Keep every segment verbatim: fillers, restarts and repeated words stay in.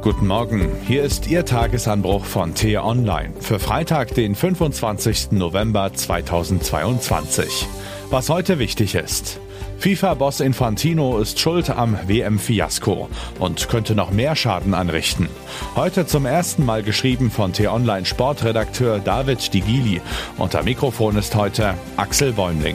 Guten Morgen, hier ist Ihr Tagesanbruch von T-Online für Freitag, den fünfundzwanzigsten November zweitausendzweiundzwanzig. Was heute wichtig ist: FIFA-Boss Infantino ist schuld am W M-Fiasko und könnte noch mehr Schaden anrichten. Heute zum ersten Mal geschrieben von T-Online-Sportredakteur David Digili. Unter Mikrofon ist heute Axel Bäumling.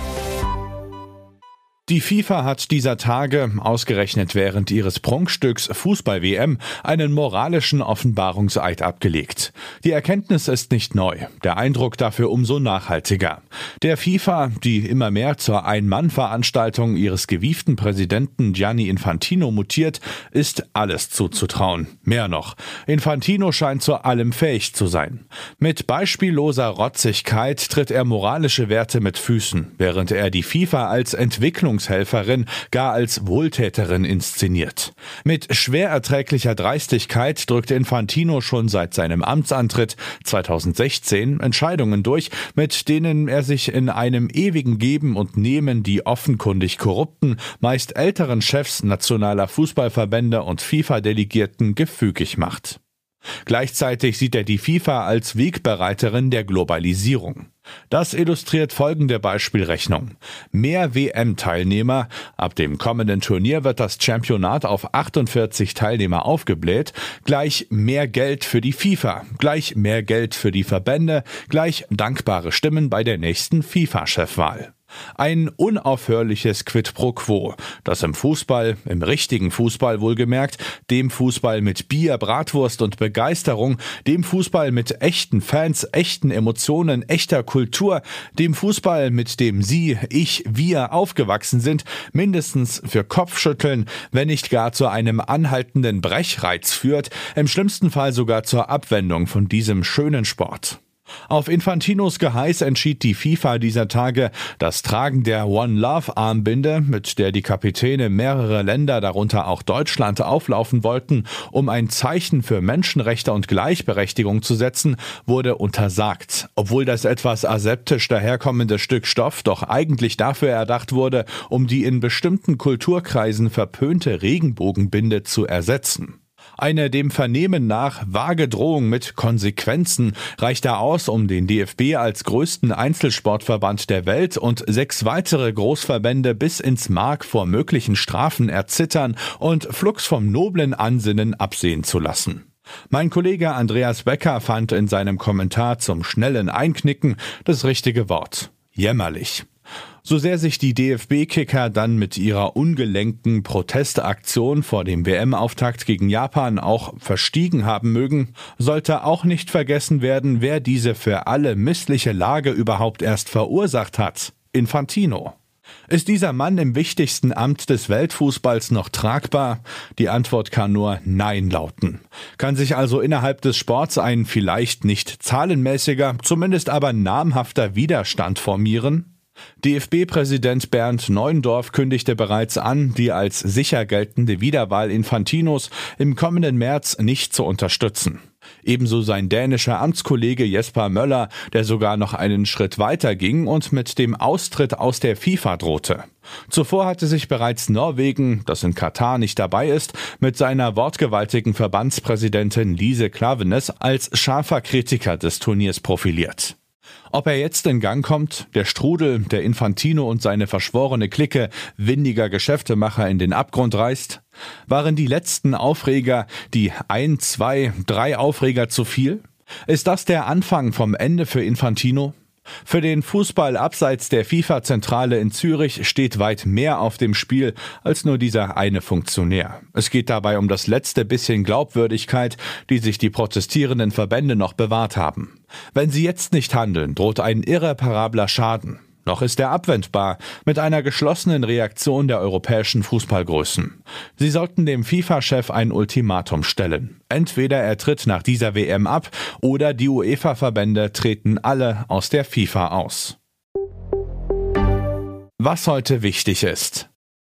Die FIFA hat dieser Tage, ausgerechnet während ihres Prunkstücks Fußball-W M, einen moralischen Offenbarungseid abgelegt. Die Erkenntnis ist nicht neu, der Eindruck dafür umso nachhaltiger. Der FIFA, die immer mehr zur Ein-Mann-Veranstaltung ihres gewieften Präsidenten Gianni Infantino mutiert, ist alles zuzutrauen. Mehr noch, Infantino scheint zu allem fähig zu sein. Mit beispielloser Rotzigkeit tritt er moralische Werte mit Füßen, während er die FIFA als Entwicklung Helferin, gar als Wohltäterin inszeniert. Mit schwer erträglicher Dreistigkeit drückt Infantino schon seit seinem Amtsantritt zweitausendsechzehn Entscheidungen durch, mit denen er sich in einem ewigen Geben und Nehmen die offenkundig korrupten, meist älteren Chefs nationaler Fußballverbände und FIFA-Delegierten gefügig macht. Gleichzeitig sieht er die FIFA als Wegbereiterin der Globalisierung. Das illustriert folgende Beispielrechnung: Mehr W M-Teilnehmer, ab dem kommenden Turnier wird das Championat auf achtundvierzig Teilnehmer aufgebläht, gleich mehr Geld für die FIFA, gleich mehr Geld für die Verbände, gleich dankbare Stimmen bei der nächsten FIFA-Chefwahl. Ein unaufhörliches Quid pro quo, das im Fußball, im richtigen Fußball wohlgemerkt, dem Fußball mit Bier, Bratwurst und Begeisterung, dem Fußball mit echten Fans, echten Emotionen, echter Kultur, dem Fußball, mit dem Sie, ich, wir aufgewachsen sind, mindestens für Kopfschütteln, wenn nicht gar zu einem anhaltenden Brechreiz führt, im schlimmsten Fall sogar zur Abwendung von diesem schönen Sport. Auf Infantinos Geheiß entschied die FIFA dieser Tage, das Tragen der One Love Armbinde, mit der die Kapitäne mehrerer Länder, darunter auch Deutschland, auflaufen wollten, um ein Zeichen für Menschenrechte und Gleichberechtigung zu setzen, wurde untersagt, obwohl das etwas aseptisch daherkommende Stück Stoff doch eigentlich dafür erdacht wurde, um die in bestimmten Kulturkreisen verpönte Regenbogenbinde zu ersetzen. Eine dem Vernehmen nach vage Drohung mit Konsequenzen reicht da aus, um den D F B als größten Einzelsportverband der Welt und sechs weitere Großverbände bis ins Mark vor möglichen Strafen erzittern und flugs vom noblen Ansinnen absehen zu lassen. Mein Kollege Andreas Becker fand in seinem Kommentar zum schnellen Einknicken das richtige Wort: jämmerlich. So sehr sich die D F B-Kicker dann mit ihrer ungelenken Protestaktion vor dem W M-Auftakt gegen Japan auch verstiegen haben mögen, sollte auch nicht vergessen werden, wer diese für alle missliche Lage überhaupt erst verursacht hat: Infantino. Ist dieser Mann im wichtigsten Amt des Weltfußballs noch tragbar? Die Antwort kann nur Nein lauten. Kann sich also innerhalb des Sports ein vielleicht nicht zahlenmäßiger, zumindest aber namhafter Widerstand formieren? D F B-Präsident Bernd Neuendorf kündigte bereits an, die als sicher geltende Wiederwahl Infantinos im kommenden März nicht zu unterstützen. Ebenso sein dänischer Amtskollege Jesper Möller, der sogar noch einen Schritt weiter ging und mit dem Austritt aus der FIFA drohte. Zuvor hatte sich bereits Norwegen, das in Katar nicht dabei ist, mit seiner wortgewaltigen Verbandspräsidentin Lise Klaveness als scharfer Kritiker des Turniers profiliert. Ob er jetzt in Gang kommt, der Strudel, der Infantino und seine verschworene Clique windiger Geschäftemacher in den Abgrund reißt? Waren die letzten Aufreger, die ein, zwei, drei Aufreger zu viel? Ist das der Anfang vom Ende für Infantino? Für den Fußball abseits der FIFA-Zentrale in Zürich steht weit mehr auf dem Spiel als nur dieser eine Funktionär. Es geht dabei um das letzte bisschen Glaubwürdigkeit, die sich die protestierenden Verbände noch bewahrt haben. Wenn sie jetzt nicht handeln, droht ein irreparabler Schaden. Noch ist er abwendbar mit einer geschlossenen Reaktion der europäischen Fußballgrößen. Sie sollten dem FIFA-Chef ein Ultimatum stellen. Entweder er tritt nach dieser W M ab oder die UEFA-Verbände treten alle aus der FIFA aus. Was heute wichtig ist: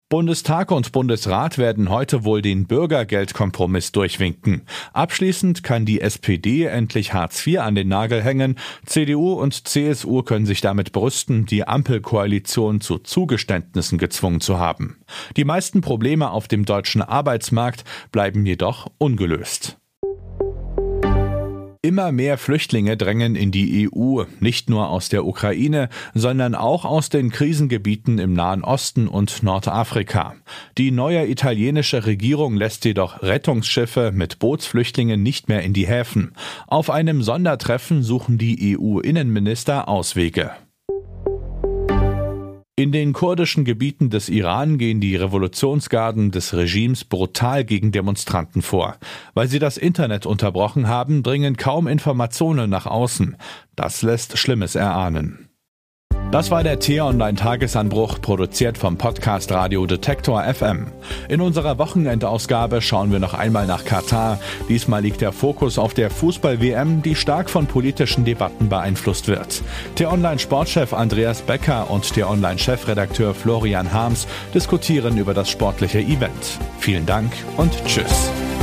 Bundestag und Bundesrat werden heute wohl den Bürgergeldkompromiss durchwinken. Abschließend kann die S P D endlich Hartz vier an den Nagel hängen. C D U und C S U können sich damit brüsten, die Ampelkoalition zu Zugeständnissen gezwungen zu haben. Die meisten Probleme auf dem deutschen Arbeitsmarkt bleiben jedoch ungelöst. Immer mehr Flüchtlinge drängen in die E U, nicht nur aus der Ukraine, sondern auch aus den Krisengebieten im Nahen Osten und Nordafrika. Die neue italienische Regierung lässt jedoch Rettungsschiffe mit Bootsflüchtlingen nicht mehr in die Häfen. Auf einem Sondertreffen suchen die E U-Innenminister Auswege. In den kurdischen Gebieten des Iran gehen die Revolutionsgarden des Regimes brutal gegen Demonstranten vor. Weil sie das Internet unterbrochen haben, dringen kaum Informationen nach außen. Das lässt Schlimmes erahnen. Das war der T-Online-Tagesanbruch, produziert vom Podcast Radio Detektor F M. In unserer Wochenendausgabe schauen wir noch einmal nach Katar. Diesmal liegt der Fokus auf der Fußball-W M, die stark von politischen Debatten beeinflusst wird. T-Online-Sportchef Andreas Becker und T-Online-Chefredakteur Florian Harms diskutieren über das sportliche Event. Vielen Dank und tschüss.